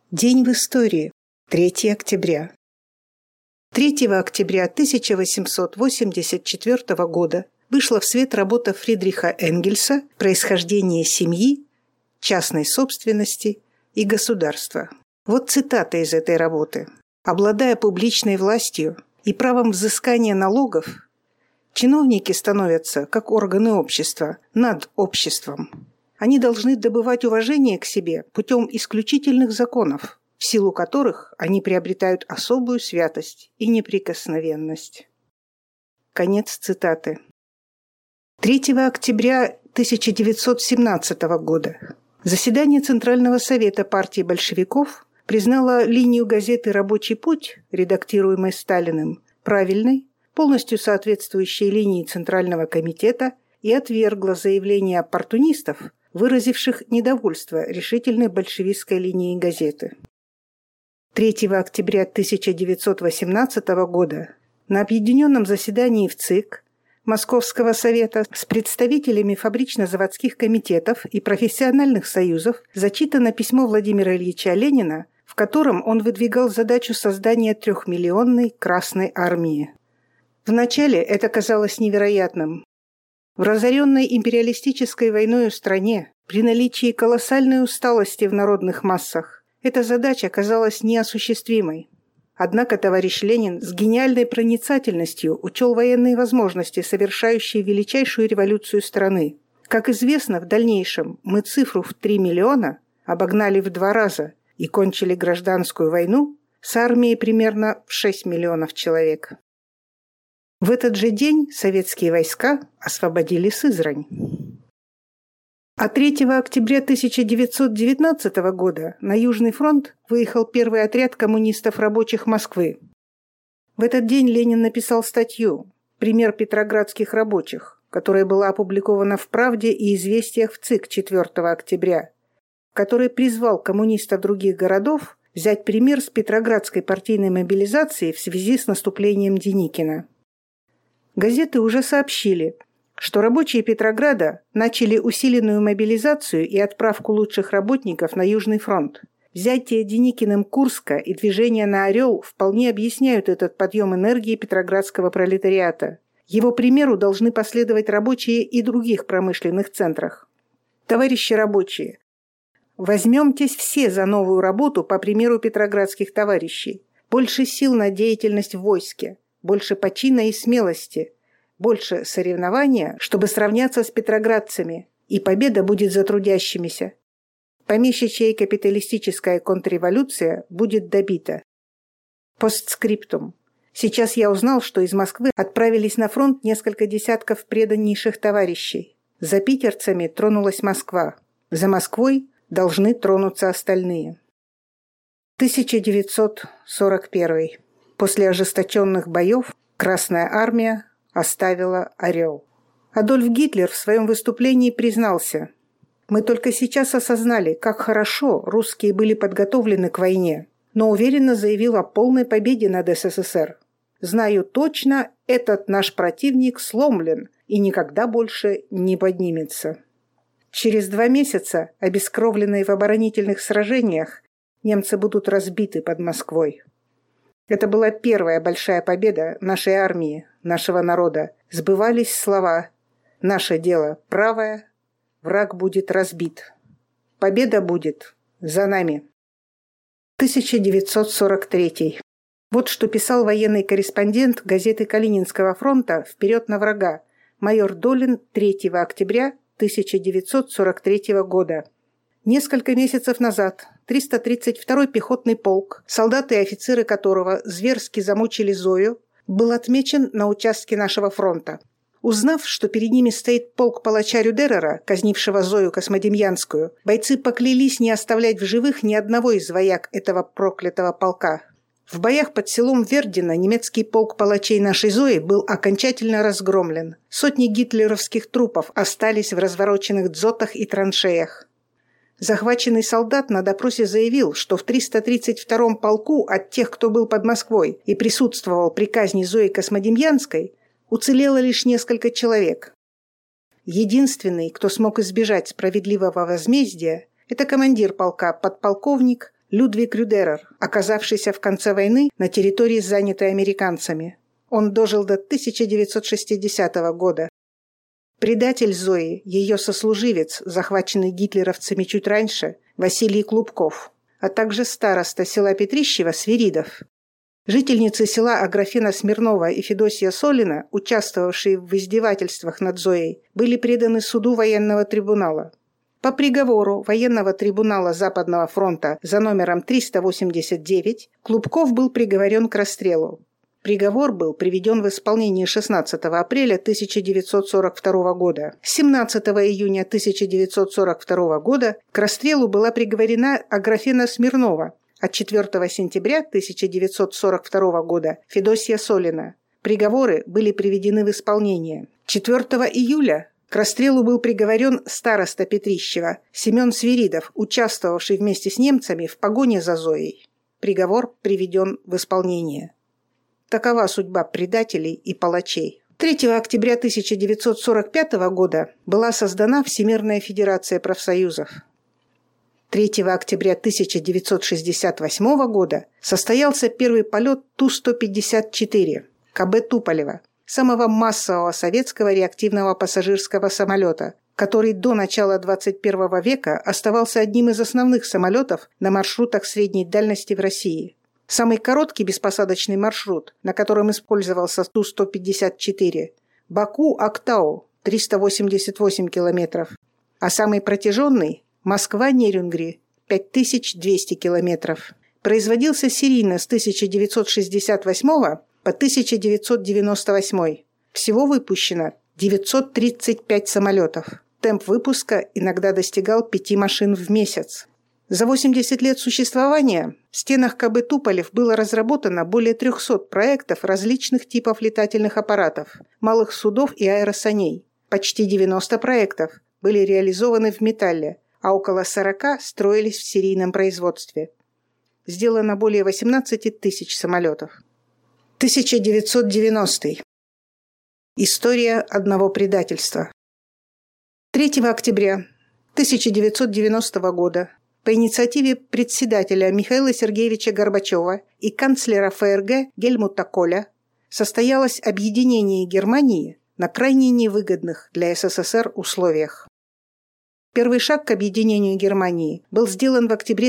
День в истории. 3 октября. 3 октября 1884 года вышла в свет работа Фридриха Энгельса «Происхождение семьи, частной собственности и государства». Вот цитата из этой работы. «Обладая публичной властью и правом взыскания налогов, чиновники становятся, как органы общества, над обществом. Они должны добывать уважение к себе путем исключительных законов, в силу которых они приобретают особую святость и неприкосновенность». Конец цитаты. 3 октября 1917 года заседание Центрального совета партии большевиков признало линию газеты «Рабочий путь», редактируемой Сталиным, правильной, полностью соответствующей линии Центрального комитета, и отвергло заявления оппортунистов, выразивших недовольство решительной большевистской линией газеты. 3 октября 1918 года на объединенном заседании в ЦИК Московского совета с представителями фабрично-заводских комитетов и профессиональных союзов зачитано письмо Владимира Ильича Ленина, в котором он выдвигал задачу создания 3-миллионной Красной армии. Вначале это казалось невероятным. В разоренной империалистической войною стране, при наличии колоссальной усталости в народных массах, эта задача казалась неосуществимой. Однако товарищ Ленин с гениальной проницательностью учел военные возможности, совершающие величайшую революцию страны. Как известно, в дальнейшем мы цифру в 3 миллиона обогнали в 2 раза и кончили гражданскую войну с армией примерно в 6 миллионов человек. В этот же день советские войска освободили Сызрань. А 3 октября 1919 года на Южный фронт выехал первый отряд коммунистов рабочих Москвы. В этот день Ленин написал статью «Пример петроградских рабочих», которая была опубликована в «Правде» и «Известиях» в ЦИК 4 октября, в которой призвал коммунистов других городов взять пример с петроградской партийной мобилизации в связи с наступлением Деникина. Газеты уже сообщили, что рабочие Петрограда начали усиленную мобилизацию и отправку лучших работников на Южный фронт. Взятие Деникиным Курска и движение на Орел вполне объясняют этот подъем энергии петроградского пролетариата. Его примеру должны последовать рабочие и других промышленных центрах. Товарищи рабочие, возьмемтесь все за новую работу по примеру петроградских товарищей. Больше сил на деятельность в войске, больше почина и смелости, больше соревнования, чтобы сравняться с петроградцами, и победа будет за трудящимися. Помещичья и капиталистическая контрреволюция будет добита. Постскриптум. Сейчас я узнал, что из Москвы отправились на фронт несколько десятков преданнейших товарищей. За питерцами тронулась Москва. За Москвой должны тронуться остальные. 1941. После ожесточенных боев Красная армия оставила Орел. Адольф Гитлер в своем выступлении признался: «Мы только сейчас осознали, как хорошо русские были подготовлены к войне, но уверенно заявил о полной победе над СССР. Знаю точно, этот наш противник сломлен и никогда больше не поднимется». Через 2 месяца, обескровленные в оборонительных сражениях, немцы будут разбиты под Москвой. Это была первая большая победа нашей армии, нашего народа. Сбывались слова: «Наше дело правое, враг будет разбит. Победа будет за нами». 1943. Вот что писал военный корреспондент газеты Калининского фронта «Вперед на врага» майор Долин 3 октября 1943 года. Несколько месяцев назад 332-й пехотный полк, солдаты и офицеры которого зверски замучили Зою, был отмечен на участке нашего фронта. Узнав, что перед ними стоит полк палача Рюдерера, казнившего Зою Космодемьянскую, бойцы поклялись не оставлять в живых ни одного из вояк этого проклятого полка. В боях под селом Вердино немецкий полк палачей нашей Зои был окончательно разгромлен. Сотни гитлеровских трупов остались в развороченных дзотах и траншеях. Захваченный солдат на допросе заявил, что в 332-м полку от тех, кто был под Москвой и присутствовал при казни Зои Космодемьянской, уцелело лишь несколько человек. Единственный, кто смог избежать справедливого возмездия, это командир полка, подполковник Людвиг Рюдерер, оказавшийся в конце войны на территории, занятой американцами. Он дожил до 1960 года. Предатель Зои, ее сослуживец, захваченный гитлеровцами чуть раньше, Василий Клубков, а также староста села Петрищево Свиридов. Жительницы села Аграфена Смирнова и Федосия Солина, участвовавшие в издевательствах над Зоей, были преданы суду военного трибунала. По приговору военного трибунала Западного фронта за номером 389 Клубков был приговорен к расстрелу. Приговор был приведен в исполнение 16 апреля 1942 года. 17 июня 1942 года к расстрелу была приговорена Аграфена Смирнова, а 4 сентября 1942 года Федосия Солина. Приговоры были приведены в исполнение. 4 июля к расстрелу был приговорен староста Петрищева Семен Свиридов, участвовавший вместе с немцами в погоне за Зоей. Приговор приведен в исполнение. Такова судьба предателей и палачей. 3 октября 1945 года была создана Всемирная Федерация профсоюзов. 3 октября 1968 года состоялся первый полет Ту-154 КБ Туполева, самого массового советского реактивного пассажирского самолета, который до начала 21 века оставался одним из основных самолетов на маршрутах средней дальности в России. Самый короткий беспосадочный маршрут, на котором использовался Ту-154 – Баку-Актау – 388 километров, а самый протяженный – Москва-Нерюнгри – 5200 километров. Производился серийно с 1968 по 1998. Всего выпущено 935 самолетов. Темп выпуска иногда достигал 5 машин в месяц. За 80 лет существования в стенах КБ «Туполев» было разработано более 300 проектов различных типов летательных аппаратов, малых судов и аэросаней. Почти 90 проектов были реализованы в металле, а около 40 строились в серийном производстве. Сделано более 18 тысяч самолетов. 1990. История одного предательства. 3 октября 1990 года по инициативе председателя Михаила Сергеевича Горбачева и канцлера ФРГ Гельмута Коля состоялось объединение Германии на крайне невыгодных для СССР условиях. Первый шаг к объединению Германии был сделан в октябре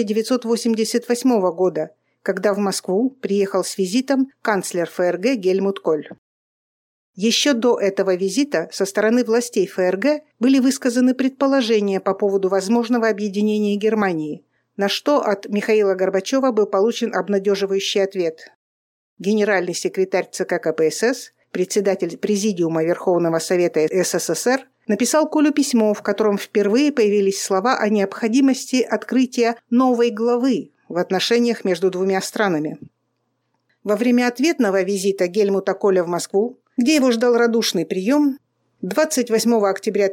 1988 года, когда в Москву приехал с визитом канцлер ФРГ Гельмут Коль. Еще до этого визита со стороны властей ФРГ были высказаны предположения по поводу возможного объединения Германии, на что от Михаила Горбачева был получен обнадеживающий ответ. Генеральный секретарь ЦК КПСС, председатель Президиума Верховного Совета СССР, написал Колю письмо, в котором впервые появились слова о необходимости открытия новой главы в отношениях между двумя странами. Во время ответного визита Гельмута Коля в Москву, где его ждал радушный прием, 28 октября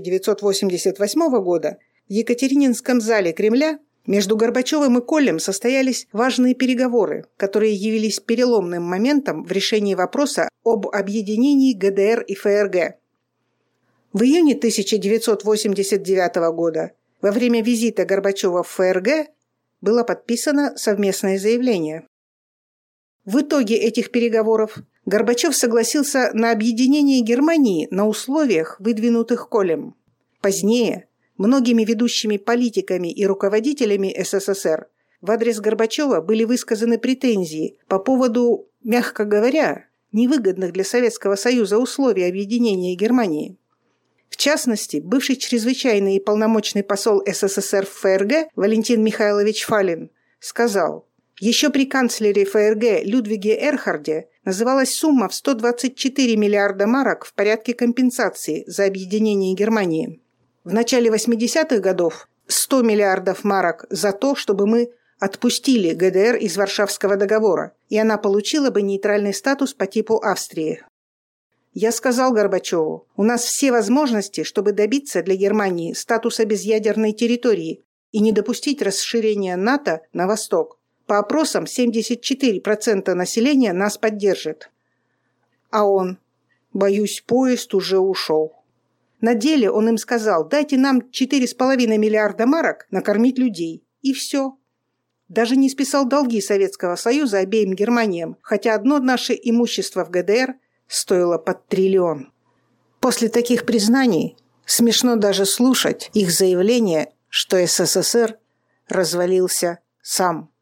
1988 года в Екатерининском зале Кремля между Горбачевым и Колем состоялись важные переговоры, которые явились переломным моментом в решении вопроса об объединении ГДР и ФРГ. В июне 1989 года во время визита Горбачева в ФРГ было подписано совместное заявление. В итоге этих переговоров Горбачев согласился на объединение Германии на условиях, выдвинутых Колем. Позднее многими ведущими политиками и руководителями СССР в адрес Горбачева были высказаны претензии по поводу, мягко говоря, невыгодных для Советского Союза условий объединения Германии. В частности, бывший чрезвычайный и полномочный посол СССР в ФРГ Валентин Михайлович Фалин сказал: «Еще при канцлере ФРГ Людвиге Эрхарде называлась сумма в 124 миллиарда марок в порядке компенсации за объединение Германии. В начале 80-х годов 100 миллиардов марок за то, чтобы мы отпустили ГДР из Варшавского договора, и она получила бы нейтральный статус по типу Австрии. Я сказал Горбачеву: у нас все возможности, чтобы добиться для Германии статуса безъядерной территории и не допустить расширения НАТО на восток. По опросам 74% населения нас поддержит». А он: «Боюсь, поезд уже ушел». На деле он им сказал: дайте нам 4,5 миллиарда марок накормить людей. И все. даже не списал долги Советского Союза обеим Германиям, хотя одно наше имущество в ГДР стоило под триллион. После таких признаний смешно даже слушать их заявление, что СССР развалился сам.